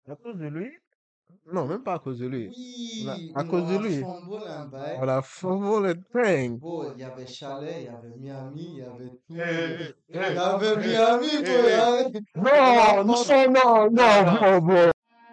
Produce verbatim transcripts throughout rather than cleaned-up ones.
À cause de lui? Non, même pas à cause de lui. On a- Oui, à on cause de a lui. fumble un bail. On a fumble le thing. Bon, il y avait Chalet, il y avait Miami, il y avait tout. Hey, Il hey, y avait hey, Miami, hey, bro. hey. il y avait- Non, on a non, fumble- non, non, non. bro, bro.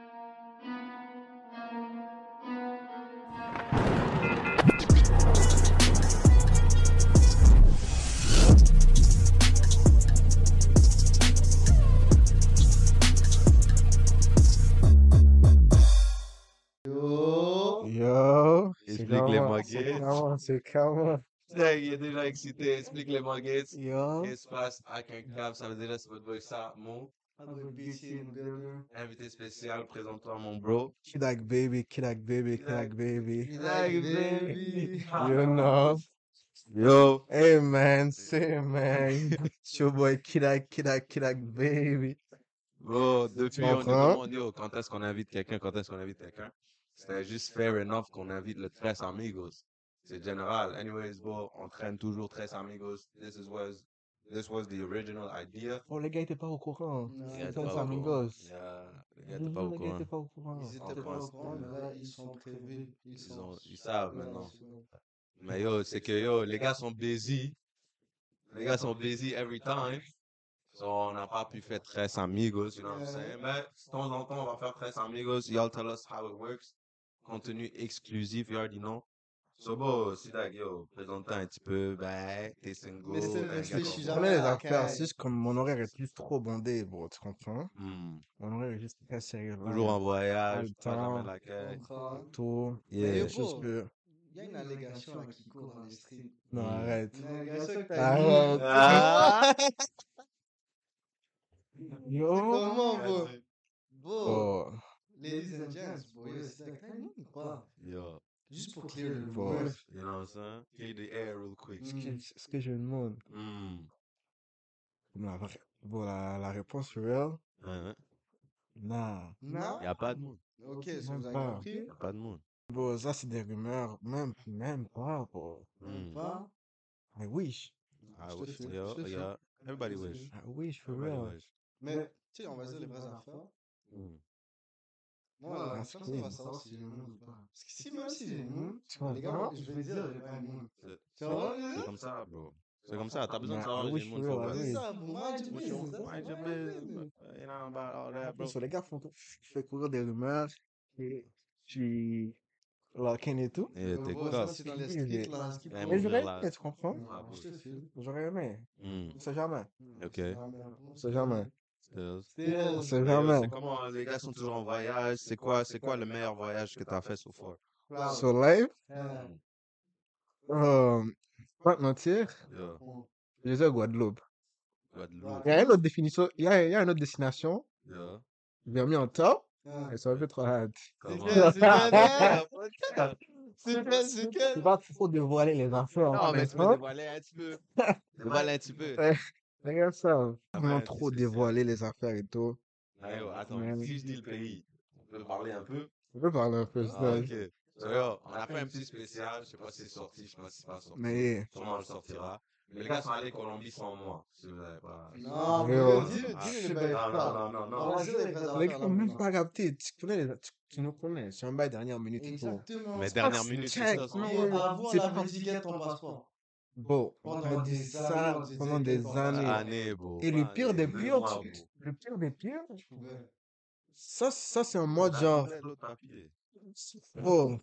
Yo. Yo, c'est Explique les comment, Muggets. c'est comment, c'est comment. Putain, il est déjà excité. Explique les Muggets. Yo. Qu'est-ce qui se passe avec un cab? Ça veut dire là, c'est votre boy ça, mon Avec B C in the building. invité spécial. Présente-toi, mon bro. Kidak baby, Kidak baby, Kidak baby. Kidak baby. You know. Yo. Hey man, say man. It's your boy Kidak, Kidak, Kidak baby. Bro, depuis on nous Comprends? demande yo, quand est-ce qu'on invite quelqu'un, quand est-ce qu'on invite quelqu'un. C'était juste fair enough qu'on invite le Tres Amigos. C'est général. Anyways, bro, on traîne toujours Tres Amigos. This is was this was the original idea. Oh, les gars étaient pas au courant. Non, Les ils gars étaient étaient Tres pas au courant. amigos. Yeah, les gars Les étaient pas au gars courant. étaient pas au courant. Ils étaient pas au courant, mais là, ils sont prévus. Ils, Ils, sont ont, ils savent super maintenant. rassurés. Mais yo, c'est que yo, les gars sont busy. Les gars sont busy every time. So, on n'a pas pu faire Tres Amigos, you know what I'm saying? Mais de temps en temps, on va faire Tres Amigos. Y'all tell us how it works. Contenu exclusif, you already know. So, bon, si t'as, yo, présente un petit peu, ben, t'es single. Mais c'est t'es un gars réfléchi comme Je jamais moi. connais les à la affaires, caille. c'est juste comme mon horaire est juste trop bondé, bro, tu comprends? Hmm. Mon horaire est juste très sérieux. Là, Toujours en pas voyage, le pas jamais temps. la caille. Comprends? Tout. Mais Yeah. yo, Juste bro, que. il y a une allégation là qui court dans les streets. Non, Hmm. arrête. Une allégation que t'as Arrête. dit. Ah! Yo. Comment, bro? Bro, Oh. ladies and gents, bro, yo, c'est like, t'as une ou pas? Yo, Juste pour clear le Bro. rumeur. you know what I'm saying? Clear the air real quick. Ce que, ce que je me demande. Hmm. La, vraie- bon, la, la réponse real. Hein? Nah. Non? Y a pas de monde. Ok, ça Même vous avez pas. compris? Y a pas de monde. Bon, ça, c'est des rumeurs. Même, même pas, bro. Même Hmm. pas? I wish. Ah, Je te ouais, file, yeah, je te file. yeah. Everybody Je te wish. file. I wish for Everybody real. wish. Mais, tu sais, on va dire les vraies affaires. Hmm. Moi, la That's personne va clean. savoir si j'ai le moon ou pas. Parce que si même si j'ai le moon, Tu les gars, comprends? je vais dire j'ai pas le moon. C'est- Tu vois? C'est comme ça, bro. C'est comme ça. T'as besoin de Nah, savoir I les wish mondes for for real, I what. C'est wish. ça, bro. Mind your What business. you- That's mind your mind your business. business. You know about all that, bro. So, les gars font tout, fait courir des rumeurs. Et je suis lock-in et tout. Et Yo, t'es bro, quoi? ça, c'est dans les Oui, streets, j'ai- là. Ce qui Ouais, peut- Mais ouvrir j'aurais la- aimé, tu comprends? Ah, Je te file. J'aurais aimé. Hmm. On sait jamais. Ok. On sait jamais. Still. Still. On sait Mais yo, jamais. c'est comment les gars sont toujours en voyage? C'est quoi, c'est quoi le meilleur voyage que t'as fait so far? Cloud. Sur live, Euh, euh, pas te mentir, Yo, je disais Guadeloupe. Guadeloupe. Il y a une autre définition, il y a, il y a une autre destination, Yo. j'ai mis en top, euh. et ça m'a fait trop hâte. C'est Comment? quel, c'est quel? C'est quel, c'est Je quel? vais pas trop dévoiler les affaires. Non, mais tu peux honnêtement. dévoiler un petit peu. Dévoiler un petit peu. Les gars savent Ah vraiment ouais, trop c'est spécial. dévoiler les affaires et tout. Ah, yo, attends, Mais- si je dis le pays, on peut parler un peu? On peut parler un peu, Ah, ça. ok. So, yo, on a fait un petit spécial, je sais pas si c'est sorti, je sais pas si c'est pas sorti. Mais, Sûrement on le sortira. Mais les gars sont allés en Colombie sans moi, si vous avez pas. Non, Yo. bro, dis-le, Ah, dis-le les je- vraies Non, affaires. non, non, non, On non. va dire les vraies les affaires, gars là, ont même maintenant. pas capté. Tu connais, les- tu, tu nous connais. C'est un bail dernière minute et tout. Exactement. Mais C'est pas dernière que minute, c'est check, ça. c'est- non, Et ouais, avant, c'est on pas- avait dit get ton passeport. Bon, on Pendant a dit des ça années, on disait pendant get des ton années. passeport. Année, bro. Et le Pas pire année, des deux pires, mois, tu- bro. le pire des pires, Je pouvais. ça, ça c'est un mode Là, genre, je fais l'autre papier. bon,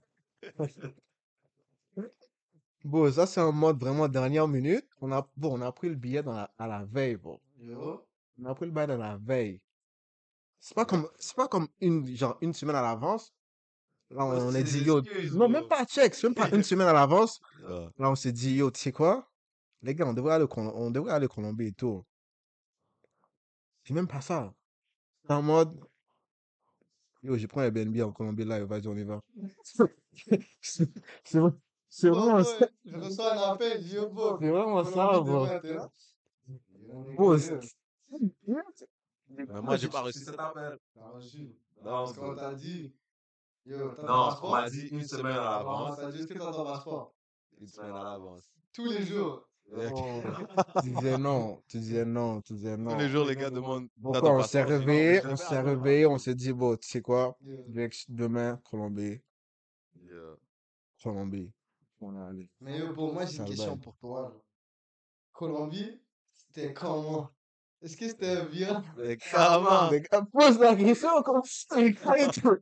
bon, ça c'est un mode vraiment dernière minute. On a, bon, on a pris le billet dans la- à la veille, bon. Yo. On a pris le billet dans la veille. C'est pas comme, c'est pas comme une, genre une semaine à l'avance. Là, on, Oh, on c'est est dit, des yo, excuses, non, bro. même pas check, c'est même pas une semaine à l'avance. Ah, Là, on s'est dit, yo, tu sais quoi? Les gars, on devrait aller, au Col- on devrait aller en Colombie et tout. C'est même pas ça. C'est en mode, yo, je prends Airbnb en Colombie là, et vas-y, on y va. C'est c'est vrai- c'est Bro, vraiment bro, ça. je reçois un appel, yo, bro. C'est vraiment ça, Colombie bro. demain, t'es là? Bro, Yo, c'est- Mais moi, j'ai pas reçu cet appel. t'as reçu. Non, Parce bro. qu'on t'a dit, yo, t'as ton Non, on passeport? m'a dit une semaine à On l'avance. t'a dit, est-ce que t'as ton passeport? Une semaine à l'avance. Tous les jours. Oh, tu disais non, tu disais non, tu disais Tous les non. jours, les gars demandent Bon, t'as quoi, ton on s'est passeport? Je dis non, mais réveillé, je on le fais s'est à demain. réveillé, on s'est dit, bon, tu sais quoi, Yeah. Vex, demain, Colombie, Yeah. Colombie. On est allé. Mais yo, pour moi, j'ai Ça une le question bail. pour toi. là. Colombie, c'était comment? Est-ce que c'était bien? Mais carrément. Les gars posent la question comme ça, les gars, et tout.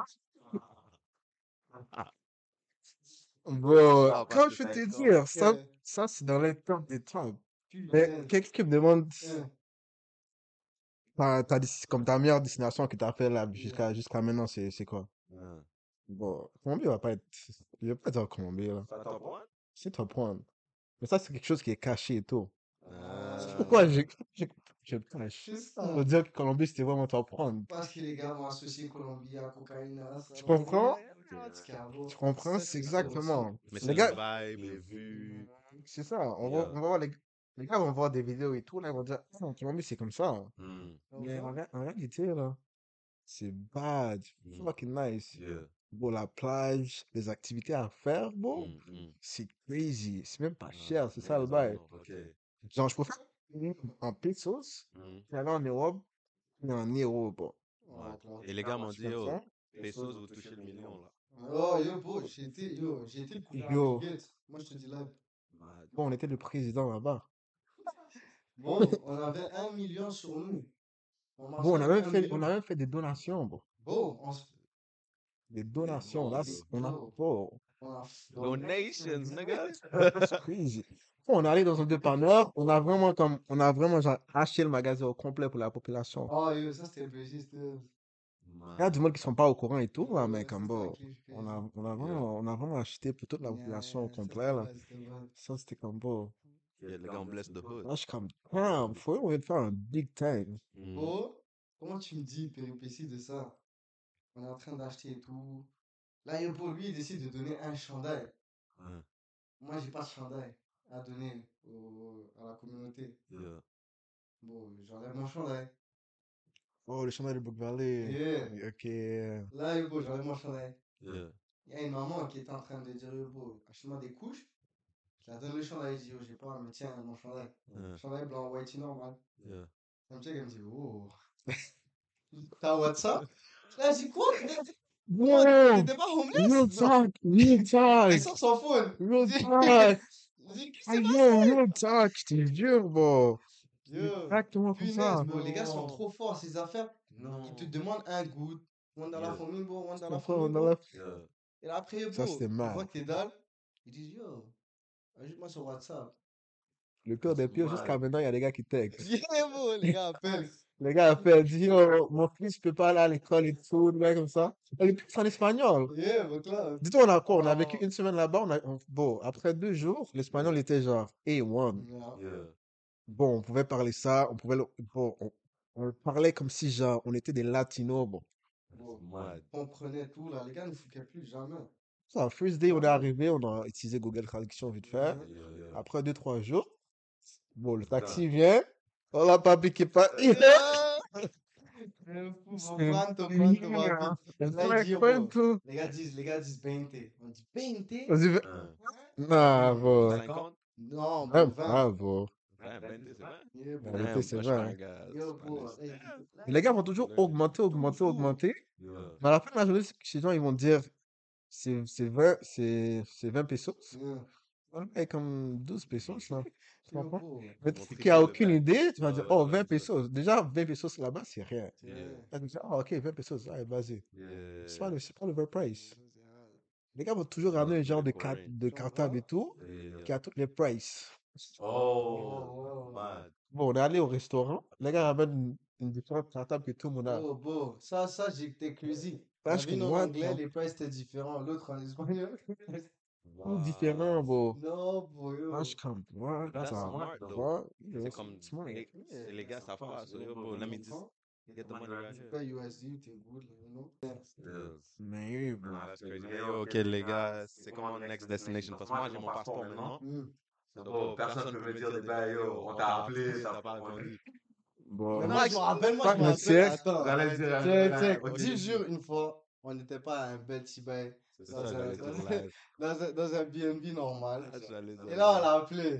Bon, Ah, parce comme que je ça te aide dis, quand. ça, Yeah. ça c'est dans les temps des temps. Mais Putain. quelqu'un qui me demande, Yeah. ta, ta, desti- comme ta meilleure destination que tu as fait là Yeah. jusqu'à jusqu'à maintenant, c'est c'est quoi? Yeah. Bon, Colombie va pas être, je vais pas dire Colombie là. Ça top one? C'est top one. Mais ça, c'est quelque chose qui est caché et tout. C'est pourquoi Euh, j'ai, j'ai, je cache. C'est Ça ça. veut dire que Colombie, c'était vraiment top one. Parce que les gars vont associer Colombie à cocaïne, à ça. Tu comprends? Tu Tu comprends? C'est exactement. Mais Les c'est gars, le vibe, les vues. c'est ça. On va, Yeah. on va voir les, les gars vont voir des vidéos et tout, là, ils vont dire, ah, en Colombie, c'est comme ça. Mm. Mais en, ré- en réalité, là, c'est bad. Mm. Fucking nice. Yeah. Bon, la plage, les activités à faire, bon, Mm, mm. c'est crazy. C'est même pas Ah, cher, c'est mais ça le non, bail. non, ok. Genre, je préfère payer en pesos, Mm. et aller en Europe, et en euros, bon. Ouais. Et les gars m'ont dit, Tu yo, comprends? pesos, vous touchez le million, là. Oh, yo, bro, j'ai été, yo, j'ai été le cousin à Yo. Bill Gates. Moi, je te dis là. Mad. Bon, on était le président là-bas. Bon, on avait un million sur nous. On marchait Bon, on a avec même un fait, million. on a même fait des donations, bon. Bon, on se. Des donations, là, Des c- on a, bro. bon, On a Donations, nigga. c'est crazy. Bon, on est allé dans un dépanneur, on a vraiment comme, on a vraiment genre acheté le magasin au complet pour la population. Oh, yo, ça c'était léger, c'était. Il y a du monde qui sont pas au courant et tout, là, mais Ouais, comme c'était bon, crazy, on a, crazy. on a vraiment, on a vraiment acheté pour toute la Yeah, population au ça, complet, c'était là. vrai, c'était vrai. Ça, c'était comme bon. Yeah, les gars, on bless the hood. Là, je suis comme, damn, faut on vient de faire un big time. Mm. Bon, comment tu me dis, péripéties de ça? On est en train d'acheter et tout. Là, yo, pour lui, il décide de donner un chandail. Ouais. Moi, j'ai pas de chandail à donner au, à la communauté. Yeah. Bon, j'enlève mon chandail. Oh, le chandail de Brook Valley. Yeah. Ok. Là, yo, bro, j'enlève mon chandail. Yeah. Il y a une maman qui est en train de dire, yo, bro, achète-moi des couches. Je la donne le chandail, je dis, yo, j'ai pas, mais tiens, mon chandail. Yeah. Chandail blanc, white, normal. Yeah. Elle me check, elle me dit, oh. T'as WhatsApp? Là, je dis, quoi? Quoi? Wow! T'étais pas homeless? Real Non. talk! Real Elle talk! sort son phone. Real Je dis, talk! je dis, qu'est-ce Ah qui s'est yo, passé? real talk! Je te jure, bon! C'est Yo, exactement comme punaise, ça. bro, les gars sont Non. trop forts, ces affaires. Ils te Non. demandent un goût. One dans la Yeah. famille, bro, one Tu dans la comprends? famille, Dans bro. la- Yeah. Et là, après, Ça, bro, c'était ils mal. voient que t'es dalle. Ils disent, yo, ajoute-moi sur WhatsApp. Le pire des pires, Ouais. jusqu'à maintenant, il y a des gars qui textent. Yeah, bro, les gars appellent. Les gars appellent, disent, yo, mon fils peut pas aller à l'école et tout, des gars comme ça. Et le pire, c'est en espagnol. Yeah, donc là. Dis-toi, on a quoi? On a vécu Oh. une semaine là-bas. On a... on- Bon, après deux jours, l'espagnol était genre A un. Yeah. Yeah. Bon, on pouvait parler ça, on pouvait le... Bon, on... on parlait comme si genre on était des latinos. Bon, Bon, Mad. on prenait tout, là. Les gars ne fouquaient plus jamais. ça, first day, on est Ah. arrivé, on a utilisé Google Traduction vite fait. Mhm. Yeah, yeah. Après deux, trois jours, bon, le taxi vient. Oh là, papi qui pas. Eh, fou, bon, pronto, pronto, papi. Là, il dit, bro. Les gars disent, les gars disent veinte. On dit veinte? On dit, Hein. non, bon. cinquante? Non, bro, Même vingt. pas, bon. vingt, vingt, c'est vingt? Yeah, La bro. vérité, Damn, c'est moi, je vrai. suis un hein. gars Yo, bro. Spanish. Hey, Les gars vont toujours augmenter, augmenter, Toujours. augmenter. Yeah. Mais à la fin de la journée, ces gens, ils vont dire, c'est c'est vingt, c'est c'est vingt pesos. Yeah. On paye comme douze pesos, là. Tu Yo, comprends? bro. Mais Ils vont tu qui tricher a le aucune vingt. idée, tu vas Ouais, dire, ouais, oh, ouais, vingt c'est ça. pesos. Déjà, vingt pesos là-bas, c'est rien. C'est Yeah. vrai. Là, tu dis, ah, ok, vingt pesos, allez, vas-y. C'est pas Yeah. le, c'est pas le vrai price. Les gars vont toujours Non, ramener un c'est genre les de, carte, Coréens. de cartable et tout, Yeah. qui a toutes les prices. Oh, Oh, mad. Bon, on est allé au restaurant, les gars ramènent une, une différente cartable que tout le monde a. oh, bro. Ça, ça, j'étais crazy. Là, La je suis vie comme, en what? anglais, Genre, les prices étaient différents. L'autre en espagnol. tout différent, bro. Non, bro, Là, yo. je suis comme, what? That's Ça, smart, though. what? Yo, C'est c'est comme smart. les, c'est les gars savent pas. So, yo, bro, let me just get the money right Tu here. payes U S D, t'es good, you know? Yeah. Mais oui, bro. Nah, that's crazy. Mais yo, ok, les gars, c'est comment next destination? Parce que moi, j'ai mon passeport maintenant. Mm. Donc, bon, personne peut me dire, des ben, yo, on t'a appelé, t'as pas répondu. Bon, Maintenant, je me rappelle, moi, pas je me me rappelle. check. Attends. J'allais dire, Check, euh, check. ok. Dix jours, une fois, on n'était pas à un bel Tibet. C'est Dans ça, un- j'allais dans dire un- live. Dans un, dans un B N B normal. J'allais dire Et là, on live. l'a appelé.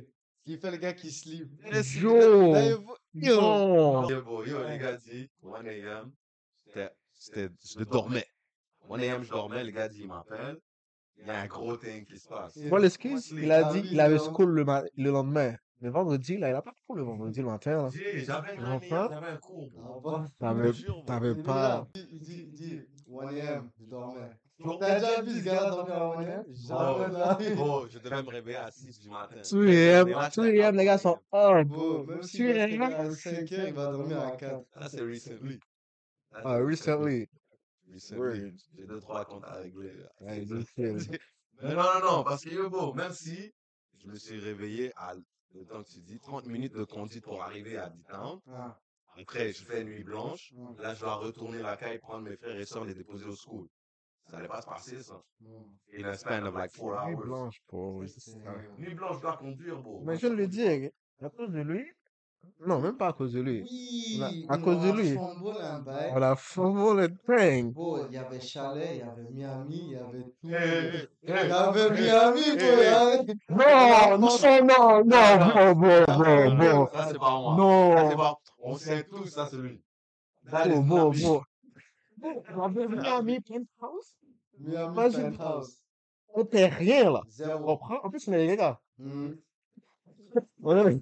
Qui fait le gars qui sleep. Yes, Là, Yo! il faut- Yo! Non! Yo, bro, yo, les gars dit, one a m, c'était, c'était, je dormais. one a m, je dormais, les gars dit, il m'appelle, il y a un gros thing qui se passe. Yeah. Moi, l'excuse, il a Ah dit oui, il avait non. school le, ma- le lendemain. Mais vendredi, là, il a pas cours le vendredi le matin, là. J'ai- J'avais Tu un comprends? j'avais un cours, Ah bro. bon? Je te T'avais, jure, bro. t'avais Il dit, pas. là, il dit, il dit, one a m, je dormais. T'as déjà vu ce gars-là dormir à one a m? Jamais de la vie. Bro, je devais me réveiller à six du matin. Two Les a m, matchs, two c'était a m, les gars sont après. hard, Bro, bro. même two s'il doit se a réveiller m. à cinq heures, il va dormir à quatre. Ça, c'est recently. Ça, c'est Ah, recently. Recently. Word. J'ai deux, trois comptes à régler. là. Ouais, C'est deux ça. films. Mais non, non, non, parce que yo, bro, même si je me suis réveillé à le temps que tu dis, trente minutes de conduite pour arriver à D-Town. Ah, Après, je fais nuit blanche. ah, Là, je dois retourner la caille, prendre mes frères et sœurs, les déposer au school. Ça n'allait pas se passer, ça. bon. In a span of like four Nuit hours. blanche, bro. Ça, c'est- Ah. Nuit blanche, je dois conduire, bro. Mais je le dis, à cause de lui. Non, même pas à cause de lui. Oui, On a- on à cause de a lui. fumble un bail. On a fumblé le thing. Bro, il y avait Chalet, il y avait Miami, il y avait tout. Hey, hey, Il y hey. avait Miami, bro. Hey. hein. Non, non, non, non, bro, bro, bro, Ça, c'est pas moi. Non. Ça, c'est pas... On sait tous, ça, c'est lui. That is Bro, bro, not me. bro. On avait Miami Penthouse. Miami Imagine- Penthouse. On était rien, là. Tu Zéro. comprends? En plus, on est les gars. Hmm. On avait...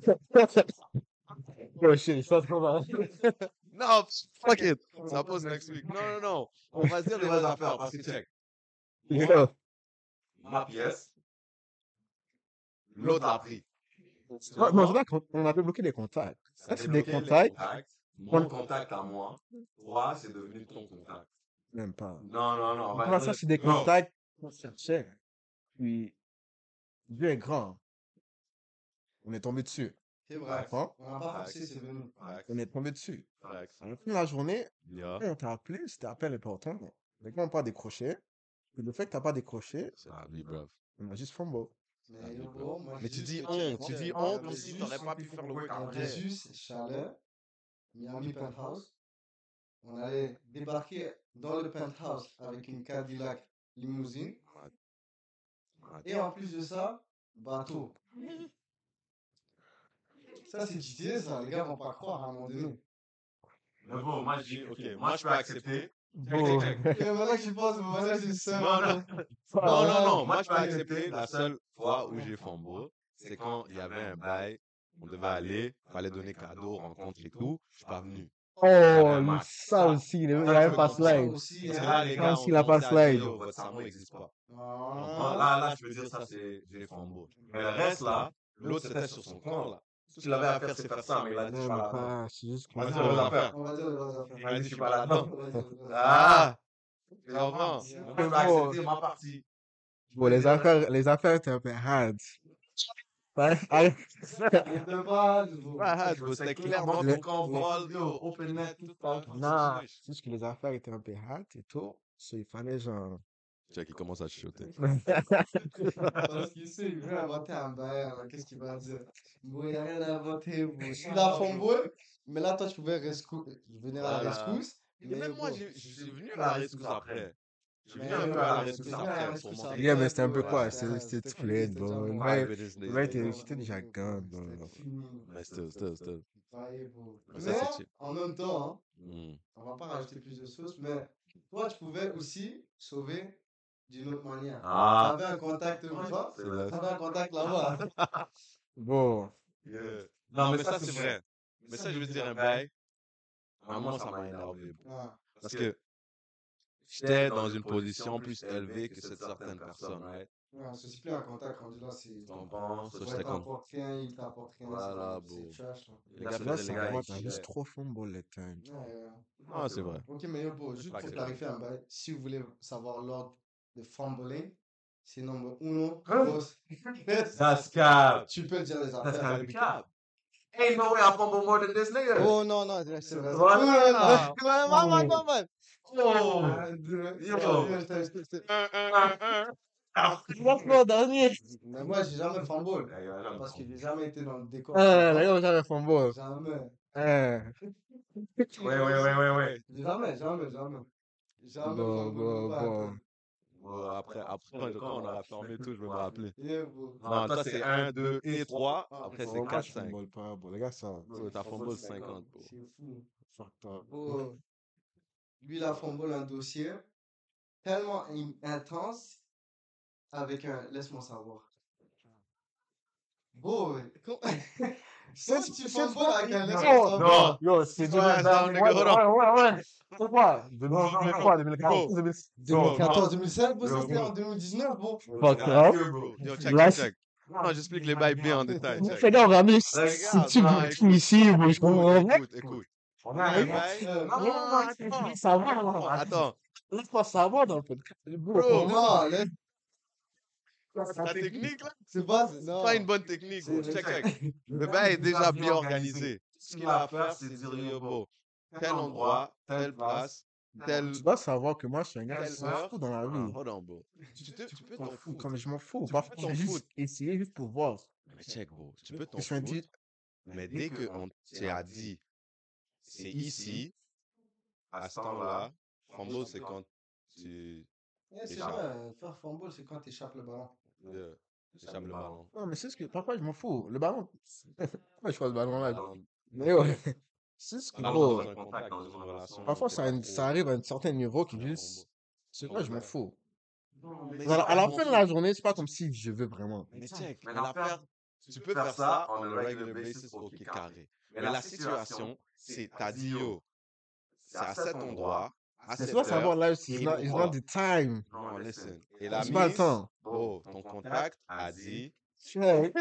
Oh shit, je pense qu'on va... Non, fuck it. Ça pose next week. Non, non, non. On va se dire les vraies affaires parce que check. Yo. Ma pièce. L'autre a pris. Tu Non, vois? c'est pas qu'on on avait bloqué les contacts. Ça Ça, c'est débloquait des les contacts. contacts. Mon contact à moi. Toi, c'est devenu ton contact. Même pas. Non, non, non. on va Comment dire- ça, c'est des Non. contacts qu'on cherchait. Puis, Dieu est grand. On est tombé dessus. C'est vrai. Comprends? On n'a pas forcé, c'est venu. Facts, On est tombé dessus. facts. À la fin de la journée, Yeah. on t'a appelé, c'était appel important. Les gars n'ont pas décroché. Puis le fait que t'as pas décroché, C'est la vie, bro. on a juste fumble. Mais yo, bro, moi, Mais j'ai tu juste dis check, on, tu check. dis Ouais, on mais comme si juste- t'aurais pas pu faire le work Il y avait après. juste Chalet, Miami Penthouse. On allait débarquer dans le penthouse avec une Cadillac limousine. Et en plus de ça, bateau. Ça, c'est G T A, ça. Les gars vont pas croire à un moment donné. Mais bon, moi, je dis, ok, moi, je peux accepter. Bon. Check, check, check. Et maintenant que je pense, maintenant que je sais. Non, non. Non, non, non. Moi, je peux accepter. La seule fois où j'ai fumble, c'est quand il y avait un bail. On devait aller, fallait donner cadeau, rencontre et tout. Je suis pas venu. Oh, un ça match. aussi, il y Ça, avait je même peux pas comprendre. slide. aussi. Parce que hein. là, les Ça gars, aussi, on il a pas commençait à dire, slide. yo, votre cerveau n'existe pas. Ah. Là, là, je peux dire ça, c'est, j'ai fumble. Mais le reste, là, l'autre, c'était sur son camp, là. Ce que tu l'avais à faire, c'est faire ça, mais il a dit, je suis Non, pas mais là-dedans. pas, c'est juste On va qu'on dire les vraies affaires. On va dire les vraies affaires. Il a dit, je suis pas là-dedans. On va dire les vraies affaires. Ah! Tu comprends? Ah. Moi, je peux accepter ma partie. Bon, les affaires, les affaires étaient un peu hard. Ouais, ouais. De base, bro. Ah, c'était clairement Le- ton camp vol, yo, open net, tout ça. Non, c'est juste que les affaires étaient un peu hard et tout. So, il fallait genre. Check, il commence à chuchoter. Parce qu'il sait, il veut inventer un bail, alors qu'est-ce qu'il va dire? Bon, il n'y a rien à inventer, bro. Je suis là, fumble, mais là, toi, tu pouvais rescou- venir à la Voilà. rescousse. Et Mais même moi, bon. j'ai- je suis venu à la rescousse après. Je suis Mais venu un ouais, peu à la ouais, rescousse c'était venu à la après, rescousse pour après. monter. Yeah, mais c'était un peu Ouais, quoi? c'était- C'était c'était c'était split, fini, bro. c'était Le déjà bail- Ouais, business le days. bail était- Ouais, j'étais déjà ouais, gun, bro. c'était fini. Mais still, still, still. Ouais, bro. Mais ça, Mais, c'est chill. en même temps, hein, Hmm. on va pas rajouter plus de sauce, mais toi, tu pouvais aussi sauver d'une autre manière. Ah. Tu avais un contact là-bas, C'est vrai. tu avais un contact là-bas. Bon. Yeah. Non, mais ça, c'est vrai. Mais ça, je veux dire un bail. À un moment, ça m'a énervé. bro. Ah. Parce que j'étais dans une position plus élevée que cette certaine personne, right? Ouais, c'est plus un contact rendu là, c'est. Tu comprends? Ça, Ouais, j'étais comme. t'apportes rien, il t'apporte rien. Voilà, c'est- bro. c'est trash. Là. Les gars Tu vois, faisaient ça les gars, va, ils t'as juste chillaient. trop fumble le time. Ouais, ouais. Ah, c'est vrai. Ok, mais yo, bro, juste Pas pour que- clarifier un bail, si vous voulez savoir l'ordre de fumbling, c'est number uno. Hein? dos, That's cap. Tu peux dire les That's affaires. gotta be cap. Ain't no way I fumble more than this nigga. Oh non, non, c'est vrai. Voilà. Mal, mal, mal, mal. Oh. Un, deux, Yo. trois, quatre, cinq, six. Un, un, un, un. Ah. dernier. Mais moi, j'ai jamais fumble. Ouais, ouais, ouais. Parce que j'ai jamais été dans le décor. Ah, les gars, j'avais fumble. Jamais. Ah. Ouais, ouais, ouais, ouais, ouais. Jamais, jamais, jamais. Jamais Bon, fumble. bon, pas bon. un peu. Bon, après, après quand, quand on aura fermé tout, je vais me rappeler. Yeah, bro. Non, toi, c'est un, deux et trois. Après, c'est Bro, moi, quatre, je cinq. fumble pas, bro. Les gars, ça. Bro, t'as fumble cinquante, bro. C'est fou. Fucked up. Bro, lui, il a fumble un dossier tellement in- intense avec un laisse-moi savoir. Bro, comment- C'est si tu fumbles avec un Non, laisse-moi savoir. Non. Yo, c'est Slow ass down, nigga, hold on. Ouais, ouais, ouais. C'est quoi? Bro, deux mille quatorze, deux mille quinze, Bro, deux mille quatorze, deux mille seize, bro, Bro, ça c'était bro. en deux mille dix-neuf, bro. Fuck Ah, up. here, bro. Yo, check, Là, check, check. Non, j'explique les bails bien en détail, check. Fais donc, regardez, si Regarde, tu non, me écoute, ici, moi, je écoute, comprends pas. écoute, écoute. On On a un arrive. bail. Euh, Non, non, non, attends. Ça va, Attends, attends. laisse-moi savoir dans le podcast. Bro, non, laisse- ta technique, là, c'est pas, c'est non. pas une bonne technique, bro. C'est- Check, check. Le bail est déjà bien organisé. Ce qu'il a à faire, c'est dire, yo, bro, tel endroit, telle place, tel... Tu dois savoir que moi, je suis un gars Telle qui s'en fout dans la Ah, vie. hold on, bro. Tu, te- tu peux Je m'en t'en fous, foutre. comme je m'en fous. Tu Parfois, peux je t'en vais juste foutre. essayer juste pour voir. Mais check, bro. Tu peux t'en Je me foutre. dis, Mais dès qu'on t'a dit, c'est ici, à ce temps-là, fumble, c'est quand tu Yeah, c'est Échappe. vrai, faire fumble, c'est quand tu échappes le ballon. euh, échappes le ballon. non, mais c'est ce que, parfois, je m'en fous. Le ballon, pourquoi je fais le ballon là? Ballon- Mais ouais, c'est ce que, ballon gros, dans un contact, dans une relation. parfois, t'es ça, pas a une- trop- ça arrive à un certain niveau qui Ouais, juste, c'est vrai, je m'en fous. Non, mais Mais c'est à la, pas à la je m'en fin de fous. la journée, c'est pas comme si je veux vraiment. Mais check, mais l'affaire, tu peux faire ça on a regular basis, ok, carré. Mais la situation, c'est, t'as dit, yo, c'est à cet endroit, à C'est cette pas savoir heure. là, it's et not, it's pourquoi? not the time. Non, listen. Et la C'est pas le mise, temps. oh, ton contact a dit, Ouais.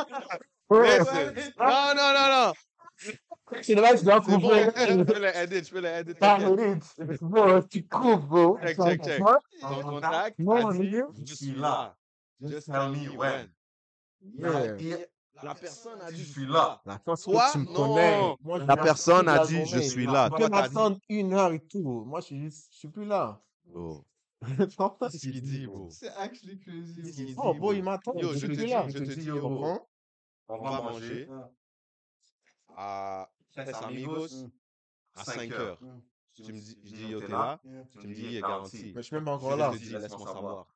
listen. Non, non, non, non. C'est là que tu dois C'est bon, couper. je peux le edit, je peux le edit. Ah, t'inquiète. mais bon, tu coupes, bro. Check, check, check. What? Ton contact Non, a dit, nigga. je suis là. Just tell me when. Yeah. Et la personne a dit, je suis là. La fois Toi, que tu me non. connais. Moi, je La viens personne toute a la dit, je journée. suis là. Tu Toi, peux t'as dit, m'attendre une heure et tout. Moi, je suis juste, je suis plus là. oh, Non, c'est ce qu'il dit, bro. C'est actually crazy. Qu'est-ce qu'il dit, Oh, bro, bro? il m'attend. Yo, Je je suis te plus dis, là. je te dis, yo, Tu bro. comprends? On va manger Ah. à Tres Amigos Mm. à cinq heures. Mm. Tu me dis, je dis, yo, t'es là? Yeah. Tu me dis, il est garanti. Mais je suis même pas Je encore là. te dis, laisse-moi savoir.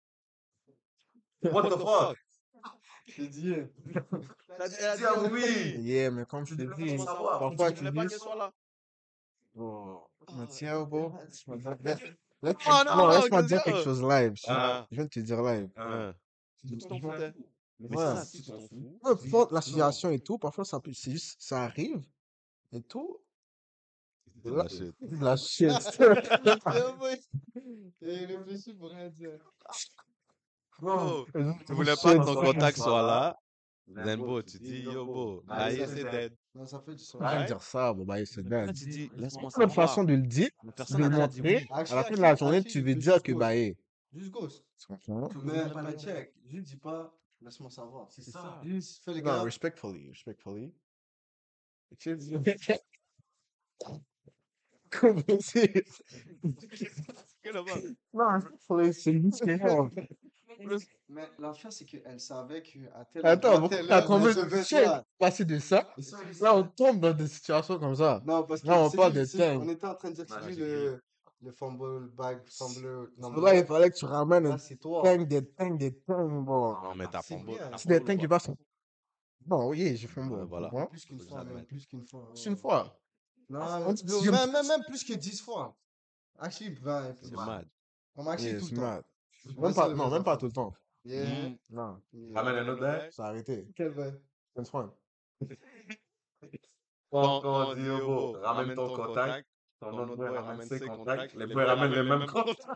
What the fuck? J'ai dit, euh, Elle a dit, elle a dit, oh, oui. Yeah, mais comme je te dis, Laisse-moi savoir. parfois Tu tu voulais pas dis, qu'elle soit là? oh, Mathieu, bro. Laisse- laisse- Oh, non, Non, non, laisse-moi que dire ça. quelque chose live. Je Ah. je viens de te dire live. Hein. Tu t'en foutais. Mais Ouais. c'est ça, si tu t'en fous. Peu importe la situation et tout, parfois ça peut, c'est juste, ça arrive et tout. C'est de la shit. C'est de la shit. il réfléchit pour rien dire. Bro, Tu tu voulais pas que ton contact soit là. Then, bro, tu dis, yo, bro, Ah, là, c'est c'est dead. Non, ça fait du sens. Je viens de Ouais. dire ça, bon, bah, c'est Là, dead. tu dis, laisse-moi C'est une savoir. façon de le dire, Mais de personne le n'a déjà dit montrer. oui. À la Actually, fin de la actually, journée, actually, tu veux juste dire que, ghost. bah, hey. Juste ghost. Tu comprends? Mais pas la check. Juste dis pas, laisse-moi savoir. C'est ça. Juste fais les Non, gars. respectfully, respectfully. Comment c'est? Non, respectfully, c'est juste que non. Mais l'affaire, c'est qu'elle savait qu'à tel Attends, endroit, pourquoi telle t'as heure, tombé elle devait check soit- passer de ça? Et ça, Là, on tombe dans des situations comme ça. Non, parce que Là, on c'est parle lui- de c'est- thème. on était en train de dire que Ouais, c'est lui j'ai le, le fumble bag, fumble. Non, Donc là, il fallait que tu ramènes là, un c'est toi. thing, des things, des things, bon. Non, mais t'as C'est fumble. bien. t'as C'est des fumble things ou qui pas? passent. Bon, oui, j'ai fait un Ouais, bon. voilà. Bon. Plus qu'une Faut que fois, j'admette. même, plus qu'une fois. C'est une fois. Non, On mais- dit- yo, je- même, même, même plus que dix fois. Actually, vingt et plus. C'est mad. On actually Yeah, tout c'est le temps. mad. Ouais, Même c'est pas, le non, même même pas enfant. tout le temps. Yeah. Mm. Non, Yeah. Ramène un autre bail. ça a arrêté. Quel bail? C'est fun. Quand quand on dit, yo, bro, ramène ton contact, ton autre boy ramène ses contacts, les boys ramènent les mêmes contacts.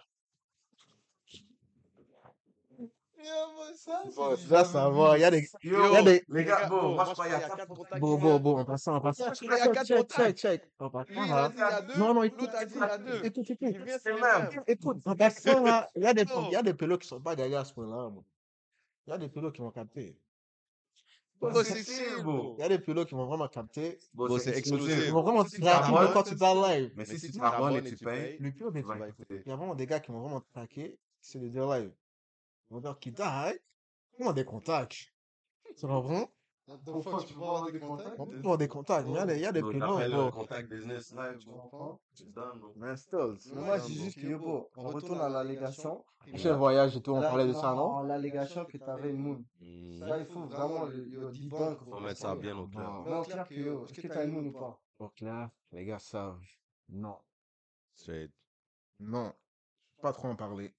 Yeah, moi, ça, Bon, c'est tu dois jamais savoir, il y a des. Yo, Il y a des. les gars, bon, moi je crois qu'il y a quatre contacts. Bon, bon, bon, en passant, en passant. Il y a quatre Check, check, contacts. check. En Lui, passant, il a là. dit il y a deux. Non, non, écoute, L'autre a dit il y a deux. écoute, écoute. Il vient, c'est Écoute, le même. écoute, en passant, là, il y a des, Oh. il y a des pélos qui sont pas derrière à ce point-là, moi. Il y a des pélos qui vont capter. Bro, c'est chill, bro. Il y a des pélos qui vont vraiment capter. Bro, c'est Ils exclusif. vont vraiment Si tu traquer t'abonnes, quand tu parles live. Mais si tu t'abonnes et tu payes, Le pire, mais tu vas écouter. il y a vraiment des gars qui vont vraiment traquer, c'est le dire live. Ils vont dire qu'ils die, comment des contacts. Tu comprends? Donc, faut que tu peux avoir des contacts. On peut avoir des contacts, mais il y a des, il y a des Bro, pélos, t'appelles bro. le contact business live, Tu bro. comprends? Tu donnes, bro. Mais still, Mais moi, je dis juste que, yo, bro, on retourne à l'allégation. prochain voyage et tout, on Là, parlait de non, ça, non? en l'allégation que t'avais une moon. Hmm. Ça, il faut vraiment le, yo, debunk. Faut mettre ça bien au clair. Non. Mais au clair que, yo, est-ce que t'as une moon ou pas? Au clair, les gars savent. Non. Straight. Non. Pas trop en parler.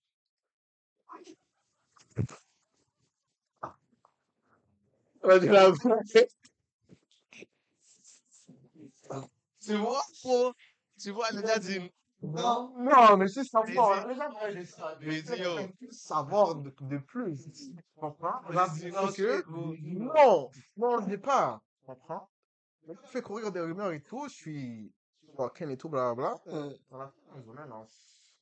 Ouais, tu l'as Tu vois, bro? Tu vois, le gars dit. Non. Non, mais c'est Mais savoir. dis- Les gens veulent ça. mais dis, yo. Savoir de, de plus. Tu comprends? Mais Là, dis, c'est non, que, straight, bro. non, non, je n'ai pas. Tu comprends? Le gars fait courir des rumeurs et tout, je suis sur Ken et tout, blablabla. Euh, Dans la fin de la journée, non.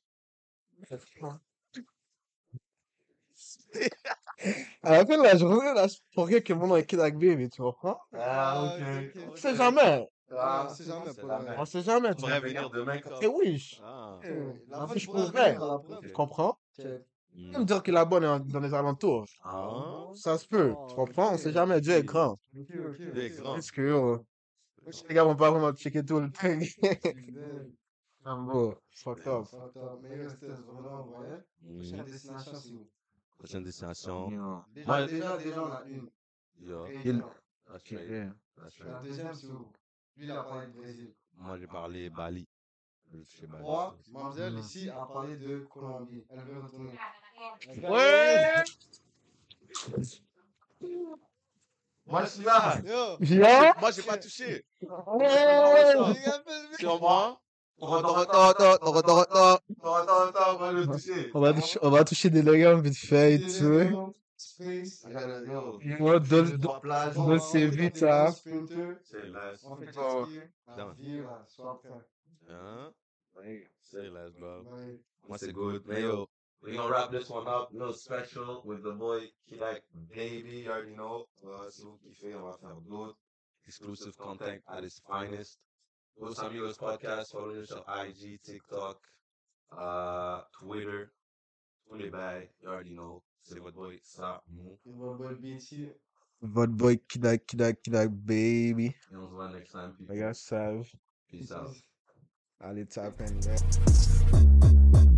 À la fin de la journée, là, je pourrais que mon nom est Kidak Baby, tu comprends? Ah, ok, ok. On sait jamais. Ah, c'est jamais, c'est pour jamais. On sait jamais, Tu tu pourrais vois. venir demain quand. Et oui, je- Ah. Euh, La La fois, fois, je je pourrais pourrais. revenir à la preuve. tu comprends? Check. Hmm. Même dire que la bonne est en- dans les alentours. Ah. Ça se peut, tu comprends? On sait jamais, Dieu est grand. Ok, ok. Dieu est ok. grand. Parce que, yo, les gars vont pas vraiment checker tout le truc. Fidèle. Rambo, fucked up. Fucked up. Mais yo, c'était vraiment un voyage. Prochaine Hmm. destination, c'est où? Prochaine destination. Yeah. Déjà, Moi- déjà, déjà, on a une. Yo. Réunion. That's Ok, right. yeah. That's La right. deuxième, c'est où? Lui, il a parlé de Brésil. Moi, j'ai parlé Bali. Je suis chez Bali. Moi, mademoiselle, Mm. ici, a parlé de Colombie. Elle veut retourner. Ouais! Moi, je suis là. Yo! Viens! Moi, j'ai pas touché. Ouais! Tu comprends? Attends, attends, attends, attends, attends, attends, attends, attends, on va le toucher. On va, toucher, on va toucher des légans vite fait et tout. Space. Yo. Moi, Deux, donne, trois plages. donne- donne c'est vite, ça. Sprinter. C'est less. On fait jet Oh. ski. La Putain. vie, là, sois prêt. Hein? C'est less, bro. Ouais. Moi, c'est good. Mais yo, we're gonna wrap this one up. Little special with the boy Kidak Baby. You already know. Uh, si vous kiffez, on va faire d'autres. Exclusive content at its finest. Los Amigos Podcast. Follow nous sur I G, TikTok, uh, Twitter. Tous les bails. You already know. C'est votre boy Samu. Il va boire le B T. Votre boy Kidak, Kidak, Kidak, baby. Et on se voit next time, people. Les gars savent. Peace out. Allez, tap in, man.